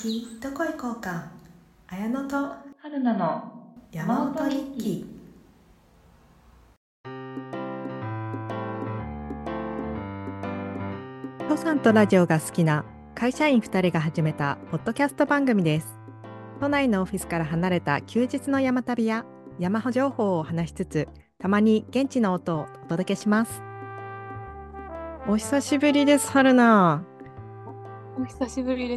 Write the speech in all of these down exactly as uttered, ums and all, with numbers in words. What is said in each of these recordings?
次どこ行こうか。綾乃と春菜の山本日記。父さんとラジオが好きな会社員ふたりが始めたポッドキャスト番組です。都内のオフィスから離れた休日の山旅や山情報を話しつつ、たまに現地の音をお届けします。お久しぶりです、春菜。 お久しぶりです。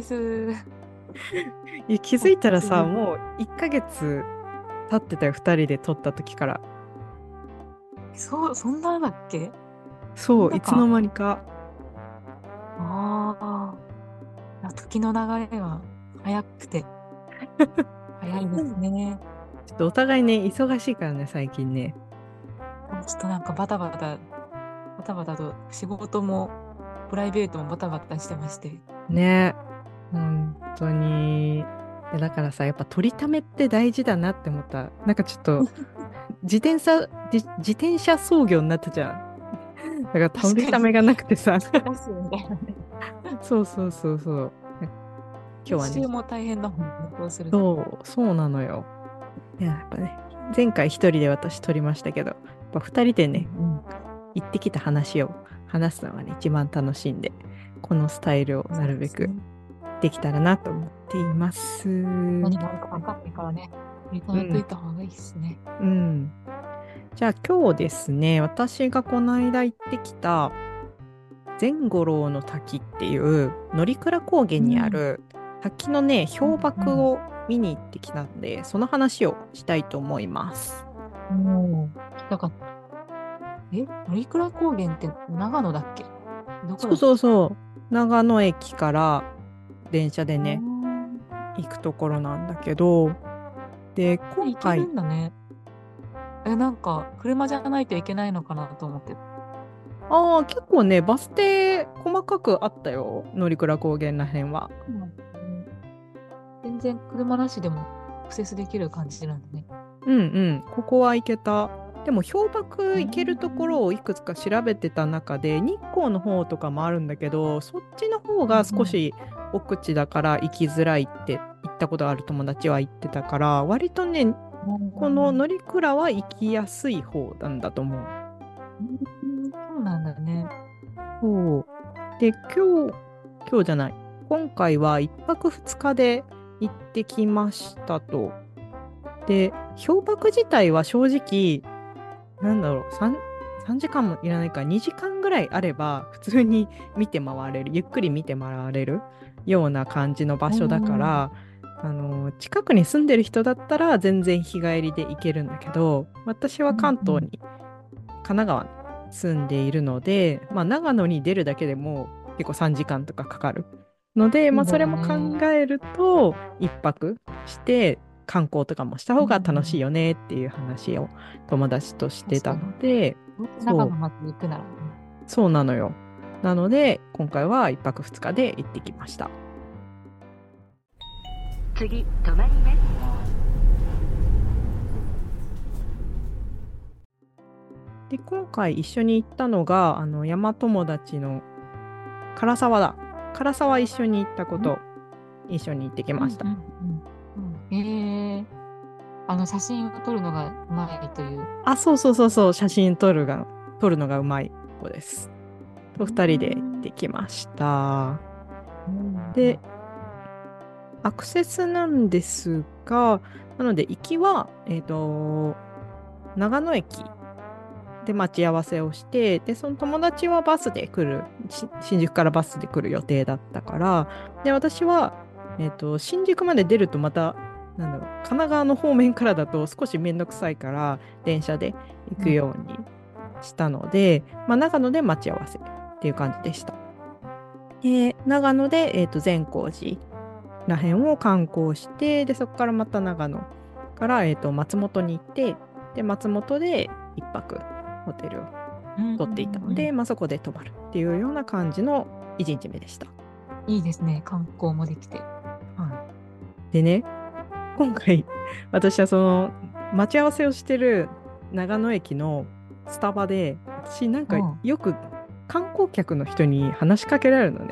いや気づいたらさ、 お久しぶりもういっかげつ経ってたよ、ふたりで撮った時から。 そう、そんなだっけ？そそう、 んなか。 いつの間にか。 ああ、いや時の流れは早くて早いですね。 ちょっとお互いね、忙しいからね、最近ね。 ちょっとなんかバタバタ、バタバタと仕事もプライベートもバタバタしてまして。 ね、本当に。いやだからさ、やっぱ取りためって大事だなって思った。なんかちょっと、自転車、自、自転車操業になったじゃん。だから取り確かに、 ためがなくてさ。 出すみたいなね。 そうそうそうそう。今日はね、 編集も大変だもんね、こうすると。 そう、そうなのよ。いや、やっぱね、前回一人で私撮りましたけど、やっぱ二人でね、 うんうん。 行ってきた話を話すのがね、一番楽しいんで、このスタイルをなるべくそうですね。 できたらなと思っています。う何があるか分かんないからね、入れためといん、 た方がいいですね。 うん。じゃあ今日ですね、私がこの間行ってきた善五郎の滝っていう乗鞍高原うん。 にある滝のね、氷うん瀑を見に行ってきたんで、その話をしたいと思います。 うん。おー、聞きたかった。え、乗鞍高原って長野だっけ？どこそうだっけ？ そうそう。長野駅から電車でうーね、 ん。 行くところなんだけど、で、 え、行ける今回、 んだね。え、なんか、車じゃないといけないのかなと思ってた。 ああ、結構ね、バス停細かくあったよ。乗鞍高原らへんは。 そうなんだね。全然車なしでもアクセスできる感じなんだね。 うんうん、ここは行けた。でも氷瀑うー行けるとこん。 ろをいくつか調べてた中で、日光の方とかもあるんだけど、そっちの方がうんうん。 少し奥地だから行きづらいって言ったことある友達は言ってたから、割とね、 うこの乗ん鞍は行きやすい方なんだと思う。 うん。そうなんだね。 そう。で、今日、今日じゃない。今回はいっぱくふつかで行ってきましたと。で、氷瀑自体は正直、なんだろう、さん、さんじかんもいらないか、にじかんぐらいあれば、普通に見て回れる、ゆっくり見て回れるような感じの場う所だかん。 ら、あの、近くに住んでる人だったら全然日帰りで行けるんだけど、私はうんうん。 関東に、神奈川に住んでいるので、まあ、長野に出るだけでも結構さんじかんとかかかるので、まあ、 そうだよそれも考ね。 えると、一泊して観光とかもしたうん方が楽しいうん。 よねっていう話を友達としてた確かに。 ので、 どうせ長そう、 野まで行くならね。 そうなのよ。なので、今回は一泊二日で行ってきました。 次止まります。 で、今回一緒に行ったのが、あの、山友達の唐沢だ。唐沢一緒に行ったこうんと、一緒に行ってきました。 うんうんうん。うん。ええ、あの、写真を撮るのがうまいという。 あ、そうそうそうそう、写真撮るが、撮るのがうまい子です。と、 う二人で行っん。 てきました。 うん。 で、アクセスなんですが、なので、行きは、えっと、長野駅で待ち合わせをして、で、その友達はバスで来る、し新宿からバスで来る予定だったから、で、私は、えっと、新宿まで出るとまた、なんだろう、神奈川の方面からだと少しめんどくさいから、電車で行くうん。 ようにしたので、まあ、長野で待ち合わせっていう感じでした。で、長野で、えっと、善光寺らへんを観光して、で、そこからまた長野から、えっと、松本に行って、で、松本で一泊ホテルをうんうん取っていたのうん。 で、まあ、そこで泊まるっていうような感じのいちにちめでした。 いいですね。観光もできて。 はい、でね、今回、私はその、待ち合わせをしてる長野駅のスタバで、私なんかうん。 よく観光客の人に話しかけられるのね。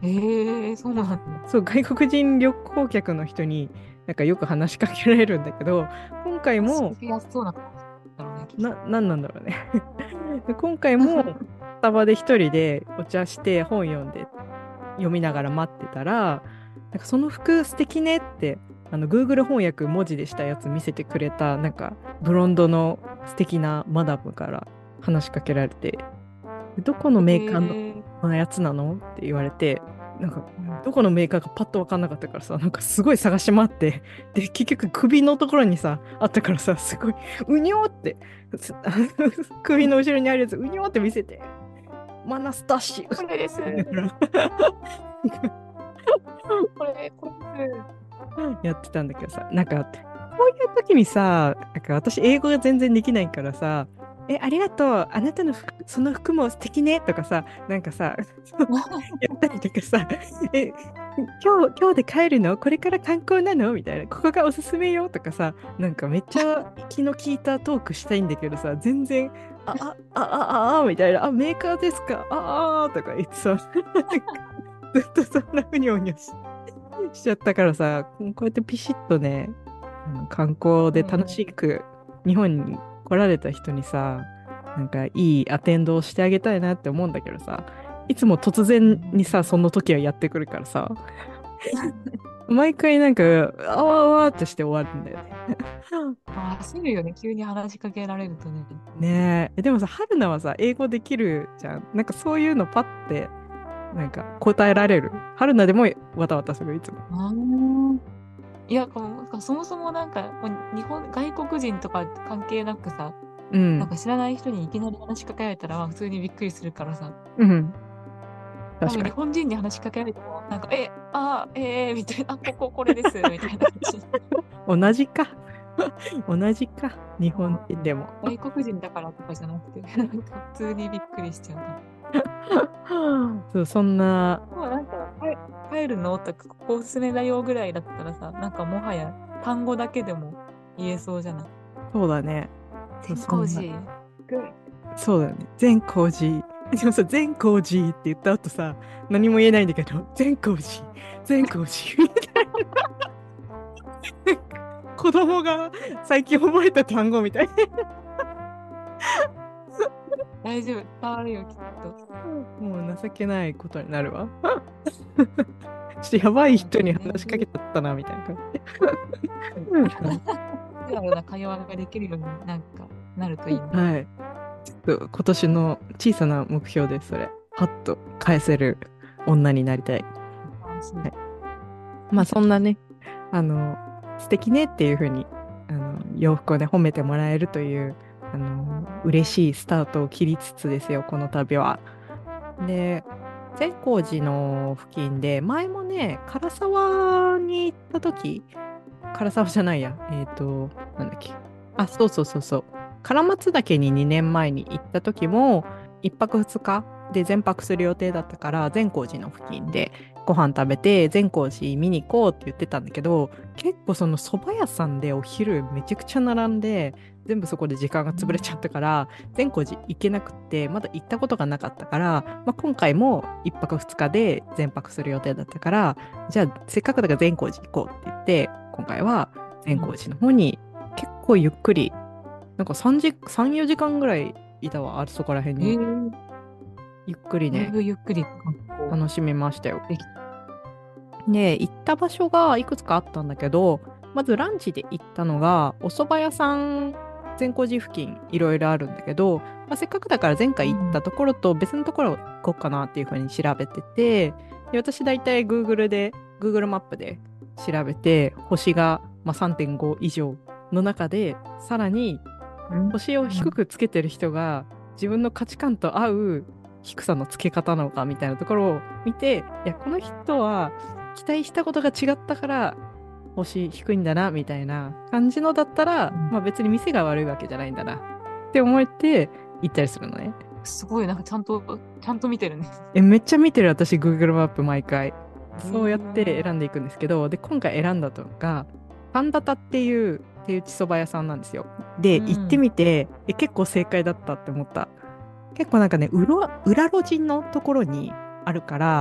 ええ、そうなんだ。 そう、外国人旅行客の人になんかよく話しかけられるんだけど、今回も、 仕事やすそうな感じだろうね、きっな、なんなんだろうね。で今回も、スタバで一人でお茶して本読んで読みながら待ってたら、なんかその服素敵ねって、あの Google 翻訳文字でしたやつ見せてくれた、なんかブロンドの素敵なマダムから話しかけられて、どこのと。 メーカーのええ、 のやつなのって言われて、なんかうん。 どこのメーカーかパッと分かんなかったからさ、なんかすごい探し回って、で、結局首のところにさ、あったからさ、すごい、うにょーって、すあの首の後ろにあるやつ、うにょーって見せて、マナスタッシュこれです。 って言いながこれ、これです。 らやってたんだけどさ、なんか、こういう時にさ、なんか私英語が全然できないからさ、え、ありがとう、あなたの服、その服も素敵ねとかさ、なんかさ、やったりとかさ、え、今日、今日で帰るのこれから観光なのみたいな、ここがおすすめよとかさ、なんかめっちゃ気の利いたトークしたいんだけどさ、全然、あ、あ、あ、あ、あ、あみたいな、あ、メーカーですかああとか言ってさ、ずっとそんなふにょうにょし、しちゃったからさ、こうやってピシッとね、あの観光で楽うん。 しく日本に来られた人にさ、なんかいいアテンドをしてあげたいなって思うんだけどさ、いつも突然にさ、その時はやってくるからさ、毎回なんか、あわあわってして終わるんだよね。 あ、焦るよね。急に話しかけられるとね。 ねえ。でもさ、春菜はさ、英語できるじゃん。なんかそういうのパッて、なんか答えられる。春菜でもわたわたする、いつも。 あー、いや、こうなんかそもそもなんか、こう日本、外国人とか関係なくさ、 うん。 なんか知らない人にいきなり話しかけられたら、まあ普通にびっくりするからさ、 うん。 多分日確かに。 本人に話しかけられても、なんか、え、あー、えー、みたいな、あ、ここ、これです、みたいな感じ。 同じか。同じか。日本もう人でも。 外国人だからとかじゃなくて、なんか普通にびっくりしちゃうから。 そう、そんな、 もうなんか、帰帰るのとか、ここおすすめだよぐらいだったらさ、なんかもはや単語だけでも言えそうじゃない。 そうだね。そう、 天そんな。 光寺、グー。 そうだよね。善光寺。でもさ、善光寺って言った後さ、何も言えないんだけど、善光寺、善光寺みたいな。子供が最近覚えた単語みたいな。 大丈夫、伝わるよ、きっと。 もう情けないことになるわ。ちょっとやばい人になんかね、 話しかけちゃったな、みたいな感じ。 ナチュラルな会話ができるようになんかなるといいね。 はい。ちょっと今年の小さな目標です、それ。パッと返せる女になりたい。 楽しい。 はい。まあそんなね、あの、素敵ねっていうふうに、あの、洋服をね、褒めてもらえるという、あの、嬉しいスタートを切りつつですよ、この度は。で、善光寺の付近で、前もね、唐沢に行った時、唐沢じゃないや、えっと、なんだっけ。あ、そうそうそうそう。唐松岳ににねんまえに行った時も、いっぱくふつかで全泊する予定だったから、善光寺の付近でご飯食べて、善光寺見に行こうって言ってたんだけど、結構その蕎麦屋さんでお昼めちゃくちゃ並んで、全部そこで時間が潰れちゃったから、善光寺行けなくって、まだ行ったことがなかったから、まあ、今回もいっぱくふつかで全泊する予定だったから、じゃあせっかくだから善光寺行こうって言って、今回は善光寺の方に結構ゆっくり、なんかさんじ、さん、よじかんぐらいいたわ、あそこら辺に。 えー、 ゆっくりね、 だいぶゆっくり観光楽しめましたよ。 できで、行った場所がいくつかあったんだけど、まずランチで行ったのが、お蕎麦屋さん、善光寺付近いろいろあるんだけど、まあ、せっかくだから前回行ったところと別のところ行こうかなっていうふうに調べてて、で私大体 Google で、Google マップで調べて、星が、まあ、さんてんご以上の中で、さらにうん。 星を低くつけてる人が自分の価値観と合う低さのつけ方なのかみたいなところを見て、いや、この人は期待したことが違ったから星低いんだなみたいな感じのだったら、 うん。 まあ別に店が悪いわけじゃないんだなって思えて行ったりするのね。 すごい、なんかちゃんと、ちゃんと見てるね。 え、めっちゃ見てる私 Google マップ毎回。 えそうやってー、 選んでいくんですけど、で、今回選んだのが、パンダタっていう手打ちそば屋さんなんですよ。で、 う行ってん。 みて、え、結構正解だったって思った。結構なんかね、裏、裏路地のところにあるから、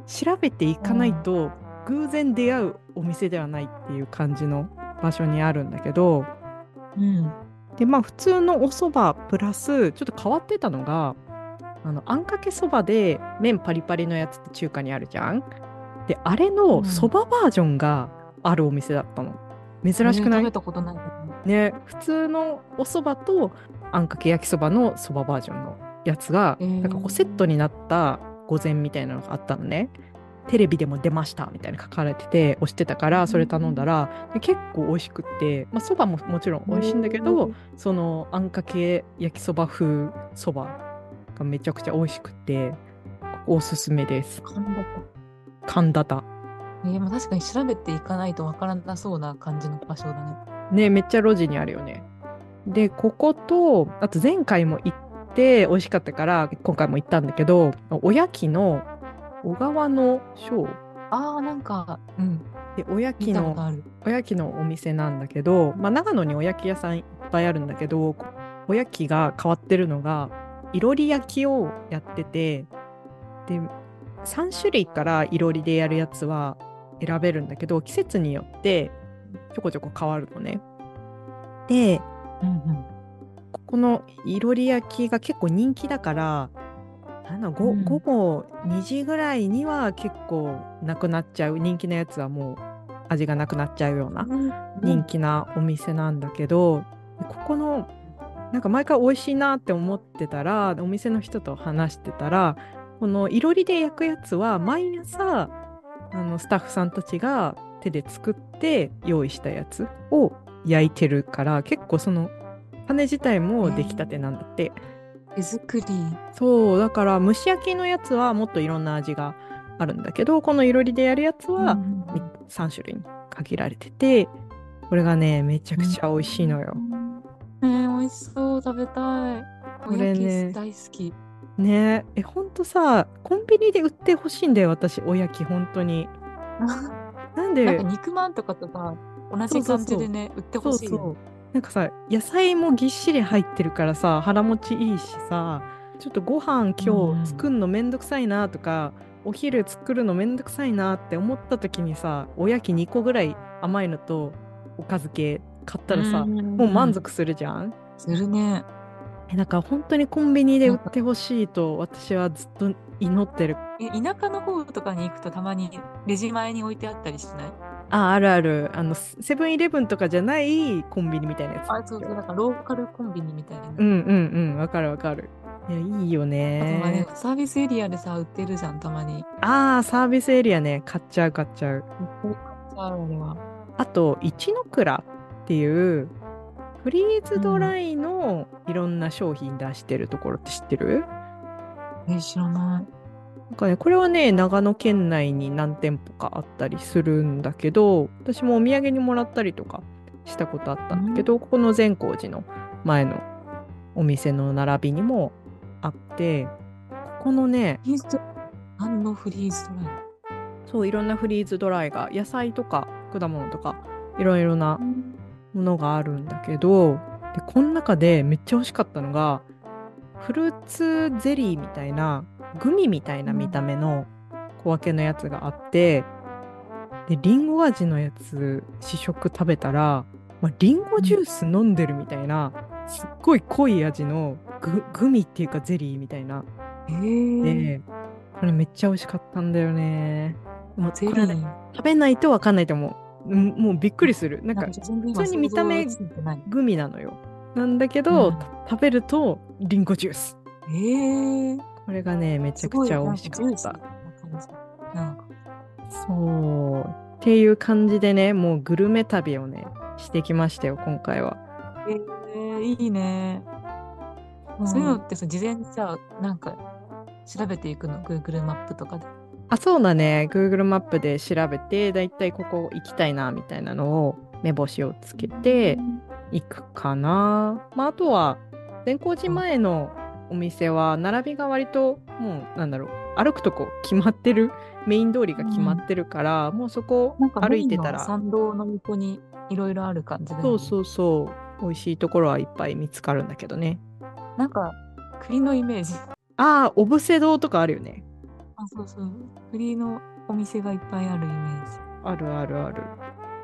調べていかないと偶然出会うお店ではないっていう感じの場所にあるんだけど、 うん。 でまあ普通のお蕎麦プラスちょっと変わってたのが、あのあんかけそばで麺パリパリのやつって中華にあるじゃん。であれのそばバージョンがあるお店だったの。珍しくない？ えー食べたことないけど。 ね、普通のお蕎麦とあんかけ焼きそばのそばバージョンのやつが、 えーなんかこうセットになった御膳みたいなのがあったのね。テレビでも出ましたみたいな書かれてて押してたからそれ頼んだら、で結構美味しくって、まあ、そばももちろん美味しいんだけど、そのあんかけ焼きそば風そばがめちゃくちゃ美味しくってここおすすめです。 神田か。 神田田えー、まあ確かに調べていかないとわからなそうな感じの場所だね。 ね、めっちゃ路地にあるよね。でこことあと前回も行って美味しかったから今回も行ったんだけど、おやきの小川の章ああ、なんか、うん。 でおやき見たことのある。 おやきのお店なんだけど、まあ、長野におやき屋さんいっぱいあるんだけど、おやきが変わってるのがいろり焼きをやってて、でさん種類からいろりでやるやつは選べるんだけど、季節によってちょこちょこ変わるのね。でうんうん。 ここのいろり焼きが結構人気だから、なんだごうん午後にじぐらいには結構なくなっちゃう、人気なやつはもう味がなくなっちゃうような人気なお店なんだけど、ここのなんか毎回美味しいなって思ってたら、お店の人と話してたら、このいろりで焼くやつは毎朝あのスタッフさんたちが手で作って用意したやつを焼いてるから、結構その羽自体も出来たてなんだって。 手作り。 そうだから蒸し焼きのやつはもっといろんな味があるんだけど、このいろりでやるやつはうんさん種類に限られてて、これがねめちゃくちゃ美味しいのよ。 えー、美味しそう、食べたい。 これねおやき大好き。 ねえ、ほんとさ、コンビニで売ってほしいんだよ、私、おやき、本当に。なんで、 なんか肉まんとかとか同じ感じでね、売ってほしいよね。 そうそう。なんかさ、野菜もぎっしり入ってるからさ、腹持ちいいしさ、ちょっとご飯今日作るのめんどくさいなとか、お昼作るのめんどくさいなって思った時にさ、おやきにこぐらい甘いのとおかず系買ったらさ、 うんもう満足するじゃん。 するね。 えなんか本当にコンビニで売ってほしいと私はずっと祈ってる。 え田舎の方とかに行くとたまにレジ前に置いてあったりしない？ あ、あるある。あの、セブンイレブンとかじゃないコンビニみたいなやつ。 あ、そうそう、なんかローカルコンビニみたいな。 うんうんうん、わかるわかる。いや、いいよあとまあねね。、 サービスエリアでさ、売ってるじゃん、たまに。 ああ、サービスエリアね、買っちゃう買っちゃう。 こう買っちゃう、あれは。 あと、一の蔵っていう、フリーズドライのいろんな商品出してるところって知ってる？ え、知らない。 なんかね、これはね、長野県内に何店舗かあったりするんだけど、私もお土産にもらったりとかしたことあったんだけど、ここの善光寺の前のお店の並びにもあって、ここのね、 フリーズドライ。何のフリーズドライ？ そういろんなフリーズドライが野菜とか果物とかいろいろなものがあるんだけど、でこの中でめっちゃ美味しかったのがフルーツゼリーみたいなグミみたいな見た目の小分けのやつがあって、でリンゴ味のやつ試食食べたら、まあ、リンゴジュース飲んでるみたいな、すっごい濃い味のグ、グミっていうかゼリーみたいな。 えー、 でこれめっちゃ美味しかったんだよね。もうゼリこれねー。 食べないと分かんないと思う。うんもうびっくりする。なんか全然普通に見た目想像ついてない。 グミなのよ。なんだけど、 うんた食べるとリンゴジュース。 えー、 これがねめちゃくちゃ美味しかった。 すごいなんかジューシーな感じ。なんかそうっていう感じでね、もうグルメ旅をねしてきましたよ今回は。 えー、いいね。そういうのってさ、事前にさ、なんか調べていくの、Google マップとかで。 あ、そうだね。Google マップで調べて、だいたいここ行きたいなみたいなのを目星をつけて行くかな。まあ、あとは善光寺前のお店は並びが割ともうなんだろう、歩くとこ決まってる、メイン通りが決まってるから、もうそこなんか歩いてたら、 参道の横にいろいろある感じだよね。 そうそうそう、美味しいところはいっぱい見つかるんだけどね。 なんか栗のイメージ。 ああ、小布施堂とかあるよね。 あ、 そうそう。栗のお店がいっぱいあるイメージ。 あるあるある。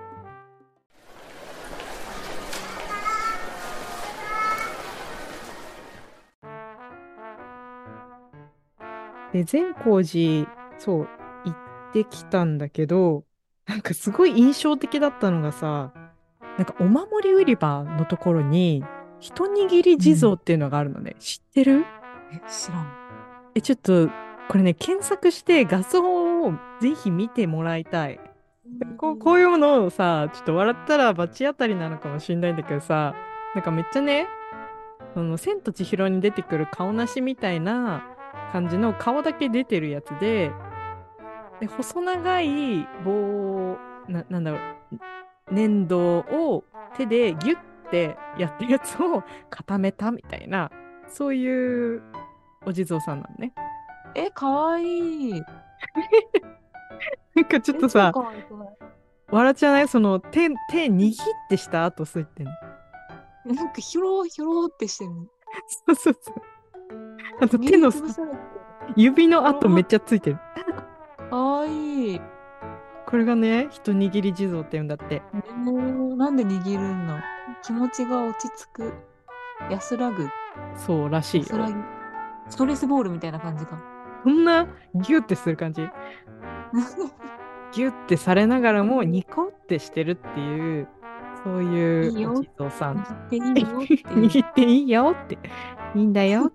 で、善光寺、そう、行ってきたんだけど、なんかすごい印象的だったのがさ、なんかお守り売り場のところに、一握り地蔵っていうのがあるのね。知ってる？ え、知らん。 え、ちょっと、これね、検索して画像をぜひ見てもらいたい。こう、こういうものをさ、ちょっと笑ったら罰当たりなのかもしれないんだけどさ、なんかめっちゃね、その、千と千尋に出てくる顔なしみたいな感じの顔だけ出てるやつで、で、細長い棒、な、なんだろう、粘土を手でギュッてやったやつを固めたみたいな、そういうお地蔵さんなのね。 え、かわいい。 なんかちょっえ、 とさ、 超かわいくない？ 笑っちゃない？その手、手握ってした後そう言ってんの。 えなんかひょろひょろってしてる。 そうそうそう。あと手握りのつぶされてる。 指の跡めっちゃついてる。 かわいい。 これがね、一握り地蔵って言うんだって。 えー、なんで握るんだ？気持ちが落ち着く。安らぐ。 そうらしいよ。 安らぎ。ストレスボールみたいな感じか。 こんなギュッてする感じ。ギュッてされながらもニコってしてるっていう、そういいいうよ。 お地蔵さん。 握っていいよっていう。 握っていいよって。いいんだよ。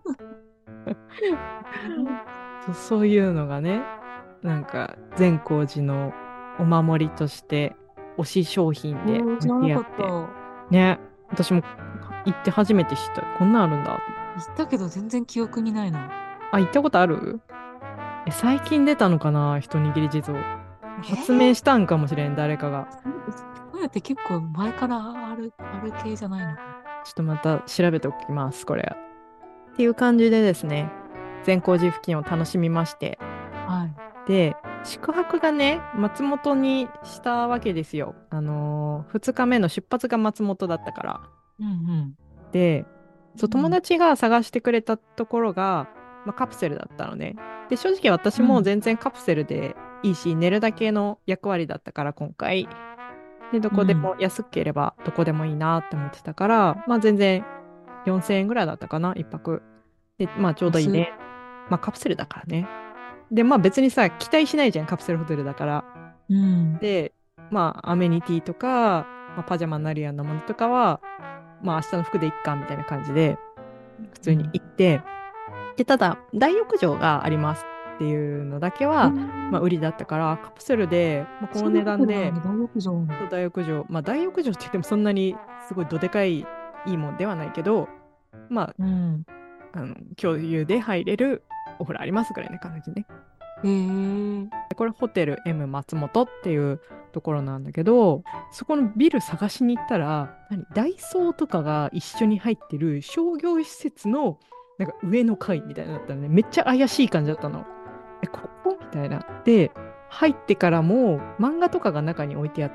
そうそういうのがね、なんか善光寺のお守りとして推し商品でおー、知ら置いてあっなかった。行て。ね、私も行って初めて知った。こんなんあるんだ。 ったけど全然記憶にないな。 あ、行ったことある？え、最近出たのかな、一握り地蔵。発え明したんかもしれん、誰かが。 そうやって結構前からある、ある系じゃないのか。 ちょっとまた調べておきます、これ。っていう感じでですね、善光寺付近を楽しみまして。 はで、宿泊がね、松本にしたわけですよ。あのー、ふつかめの出発が松本だったから。 い。うんうん。 で、そう、友うん達が探してくれたところが、まあ、カプセルだったのね。で、正直私もうん全然カプセルでいいし、寝るだけの役割だったから、今回。で、どこでも安ければどこでもいいなって思ってたから、まあ全然よんせんえんぐらいだったかな、一泊。で、まあちょうどいい安っ。 ね。まあカプセルだからね。で、まあ別にさ、期待しないじゃん、カプセルホテルだから。 うん。 で、まあアメニティとか、まあ、パジャマになるようなものとかは、まあ明日の服でいっか、みたいな感じで、普通に行って、で、ただ、大浴場がありますっていうのだけは、まあ売りだったから、カプセルで、まあ、この値段で、 大浴場の。 そう大浴場、まあ大浴場って言ってもそんなにすごいどでかいいいもんではないけど、まあ、 うん。 あの共有で入れるお風呂ありますぐらいな感じね。 へえ。 でこれホテル エム 松本っていうところなんだけど、そこのビル探しに行ったら、何ダイソーとかが一緒に入ってる商業施設のなんか上の階みたいなのだったらね、めっちゃ怪しい感じだったの。え、ここみたいな。で、入ってからも漫画とかが中に置いてあって、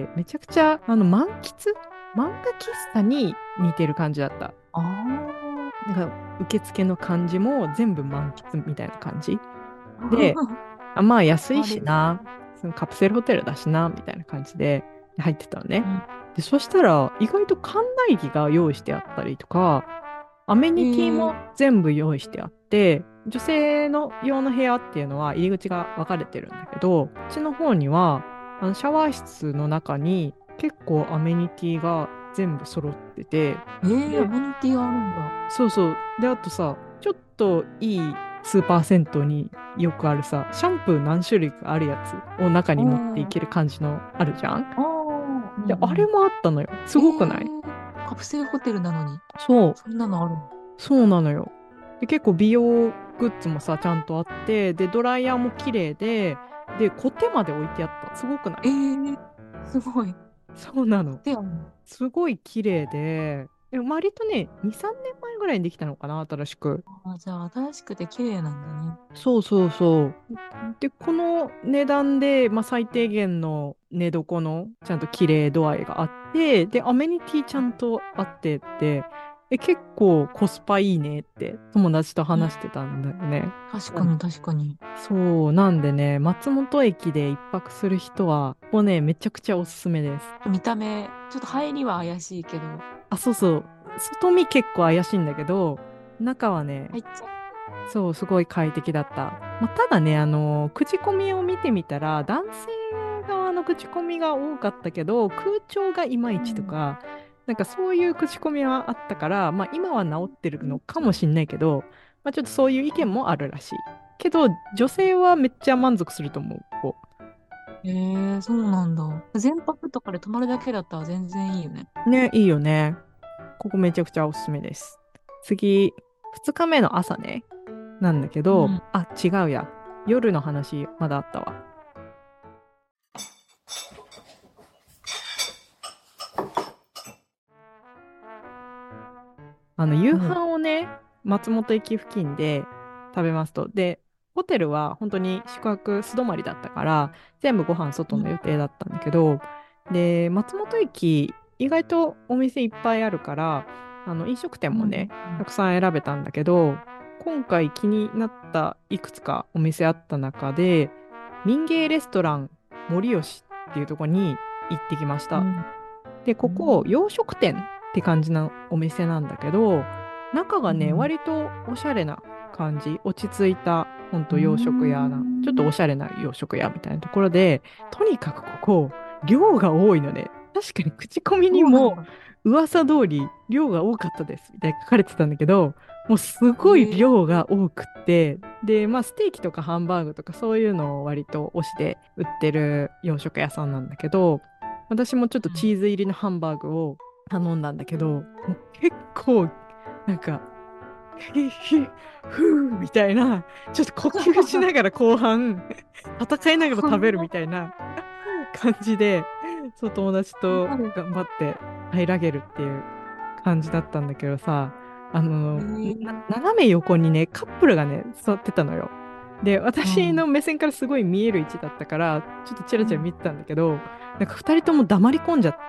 めちゃくちゃあの満喫漫画喫茶に似てる感じだった。 あなんか受付の感じも全部満喫みたいな感じ。 あ。 で、あ、まあ安いしあな、そのカプセルホテルだしな、みたいな感じで入ってたのね。 うんで、そしたら意外と館内着が用意してあったりとか、アメニティも全部用意してあって、女性の用の部屋っていうのは入り口が分かれてるんだけど、こっちの方にはあのシャワー室の中に結構アメニティが全部揃ってて、 えー、 でアメニティがあるんだ。 そうそう。で、あとさ、ちょっといいスーパー銭湯によくあるさ、シャンプー何種類かあるやつを中に持っていける感じのあるじゃん。 ああ。 で、 うんうんあれもあったのよ。すごくない？ えーカプセルホテルなのに、 そう、 そんなのあるの？ そうなのよ。で、結構美容グッズもさ、ちゃんとあって、で、ドライヤーも綺麗で、で、コテまで置いてあった。すごくない？ えー、すごい。 そうなの。 で、あの、 すごい綺麗で、で割とね、に、さんねんまえぐらいにできたのかな、新しく。 あ、じゃあ新しくて綺麗なんだね。 そうそうそう。で、この値段で、まあ、最低限の寝床のちゃんと綺麗度合いがあって、で、アメニティちゃんとあってって、 え、結構コスパいいねって友達と話してたんだよね。 確かに確かに。 そう、なんでね、松本駅で一泊する人は、ここね、めちゃくちゃおすすめです。 見た目、ちょっと入りは怪しいけど、 あ、そうそう。外見結構怪しいんだけど、中はね、 入っちゃそう、すごい快適だった。まあ、ただね、あの、口コミを見てみたら、男性側の口コミが多かったけど、空調がいまう。 いちとか、なんかそういう口コミはあったから、まあ今は治ってるのかもしんないけど、まあちょっとそういう意見もあるらしい。けど、女性はめっちゃ満足すると思う。こへえ、そうなんだ。全泊とかで泊まるだけだったら全然いいよね。 うね、いいよね。ここめちゃくちゃおすすめです。次、ふつかめの朝ね、なんだけど、 うん。 あ、違うや。夜の話まだあったわ。あの、夕うん。 飯をね、松本駅付近で食べますと。で、ホテルは本当に宿泊素泊まりだったから、全部ご飯外の予定だったんだけど、で、松本駅、意外とお店いっぱいあるから、あの、飲食店うん。 もね、たくさん選べたんだけど、今回気になったいくつかお店あった中で、民芸レストラン森吉っていうところに行ってきました。 うん。 で、 うここ、 ん。 洋食店って感じのお店なんだけど、中がね、割とおしゃれな感じ、落ち着いた、ほんうと洋食屋な、ちょっとん。 おしゃれな洋食屋みたいなところで、とにかくここ、量が多いのね。確かに口コミにも、 そうなんだ。 噂通り、量が多かったです、みたいな書かれてたんだけど、もうすごいへえ。 量が多くって、で、まあ、ステーキとかハンバーグとかそういうのを割と推しで売ってる洋食屋さんなんだけど、私もちょっとチーズ入りのハンバーグを頼んだんだけど、もう結構、なんか、ヒヒふーみたいな、ちょっと呼吸しながら後半、戦いながら食べるみたいな感じで、そう、友達とある。 頑張って平らげるっていう感じだったんだけどさ、あへの、なえ。 斜め横にね、カップルがね、座ってたのよ。で、私うん。 の目線からすごい見える位置だったから、ちょっとチラうん。 チラ見てたんだけど、なんか二人とも黙り込んじゃって、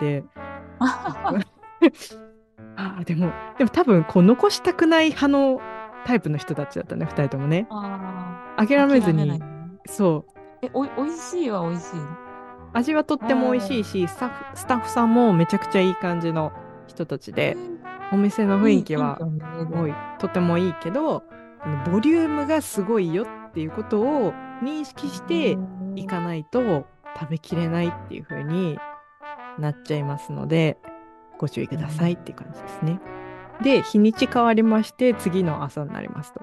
ああ、でも、でも多分、こう、残したくない派のタイプの人たちだったね、二人ともね。 ああ、 諦めず諦めないに、 ね。 そう、 え、おい、おいしいはおいしいの？ 味はとっても美味しいし、スタッフ、スタッフさんもめちゃくちゃいい感じの人たちで、 えー、 お店の雰いい、 囲気はいいじゃんね、でも。 すごい、とてもいいけど、このボリュームがすごいよっていうことを認識しへていー。 かないと食べきれないっていう風になっちゃいますので、ご注意くださいっていう感じですね。で、日にち変わりまして、次の朝になりますと。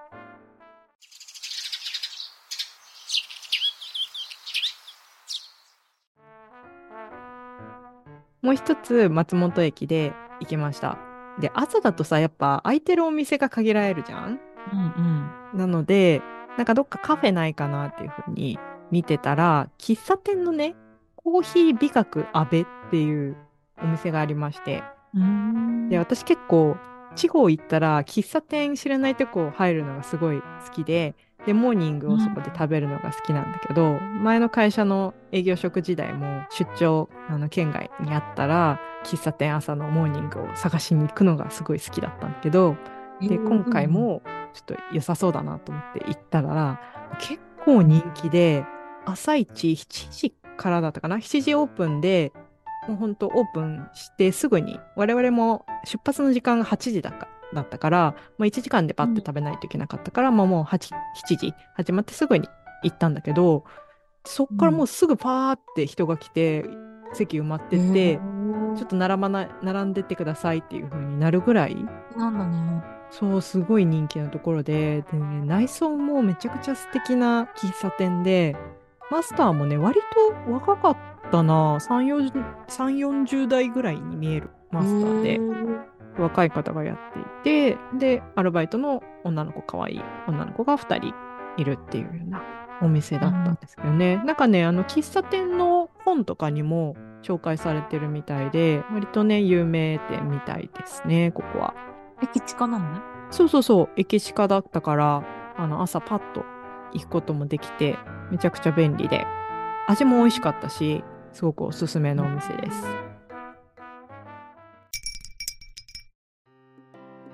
もう一つ、松本駅で行きました。で、朝だとさ、やっぱ空いてるお店が限られるじゃん。 うんうん。 なので、なんかどっかカフェないかなっていうふうに見てたら、喫茶店のね、コーヒー美学阿部っていうお店がありまして、 うーで、 ん。 私結構、地方行ったら、喫茶店知らないとこ入るのがすごい好きで、で、モーニングうん。 をそこで食べるのが好きなんだけど、前の会社の営業職時代も出張、あの、県外にあったら、喫茶店朝のモーニングを探しに行くのがすごい好きだったんだけど、 えー、 で、今うんうん。 回もちょっと良さそうだなと思って行ったら、結構人気で、朝一しちじからだったかな？ しち 時オープンで、もう本当オープンしてすぐに、我々も出発の時間がはちじだか、だったから、まあ、いちじかんでパッてうん。 食べないといけなかったから、まあ、もうはち、しちじ始まってすぐに行ったんだけど、そっからもうん。 うすぐパーって人が来て、席埋まってえて、ちょー、 っと並ばない、並んでってくださいっていう風になるぐらい、 なんだね。 そう、すごい人気のところで、でね、内装もめちゃくちゃ素敵な喫茶店で、マスターもね、割と若かったな、さん、よんじゅう、さん、よんじゅう代ぐらいに見えるえマスターで、 ー、 若い方がやっていて、で、アルバイトの女の子、可愛い女の子がふたりいるっていうようなお店だったんうん。 ですけどね。なんかね、あの、喫茶店の本とかにも紹介されてるみたいで、割とね、有名店みたいですね、ここは。 駅近なの？ そうそうそう、駅近だったから、あの、朝パッと行くこともできて、めちゃくちゃ便利で、味も美味しかったし、すごくおすすめのお店です。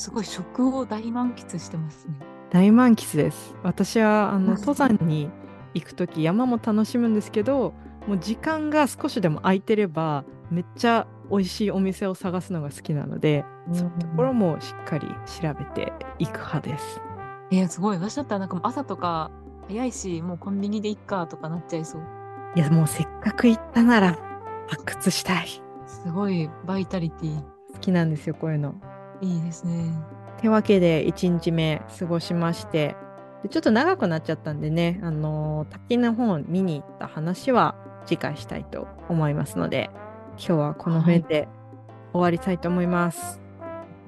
すごい食を大満喫してますね。 大満喫です。私はあのうん登山に行くとき山も楽しむんですけど、もう時間が少しでも空いてればめっちゃ美味しいお店を探すのが好きなので、そういうところもしっかり調べていく派です。 えー、すごい。私だったらなんかもう朝とか早いし、もうコンビニで行っかとかなっちゃいそう。 いや、もうせっかく行ったなら発掘したい。 すごいバイタリティ好きなんですよ、こういうの。 いいですね。 てわけでいちにちめ過ごしまして、でちょっと長くなっちゃったんでね、あのー滝の方見に行った話は次回したいと思いますので、今日はこのはい。 辺で終わりたいと思います。 うん。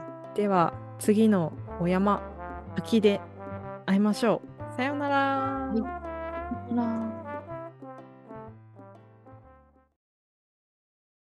では次のお山、滝で会いましょう。さようなら。 はい。ほら。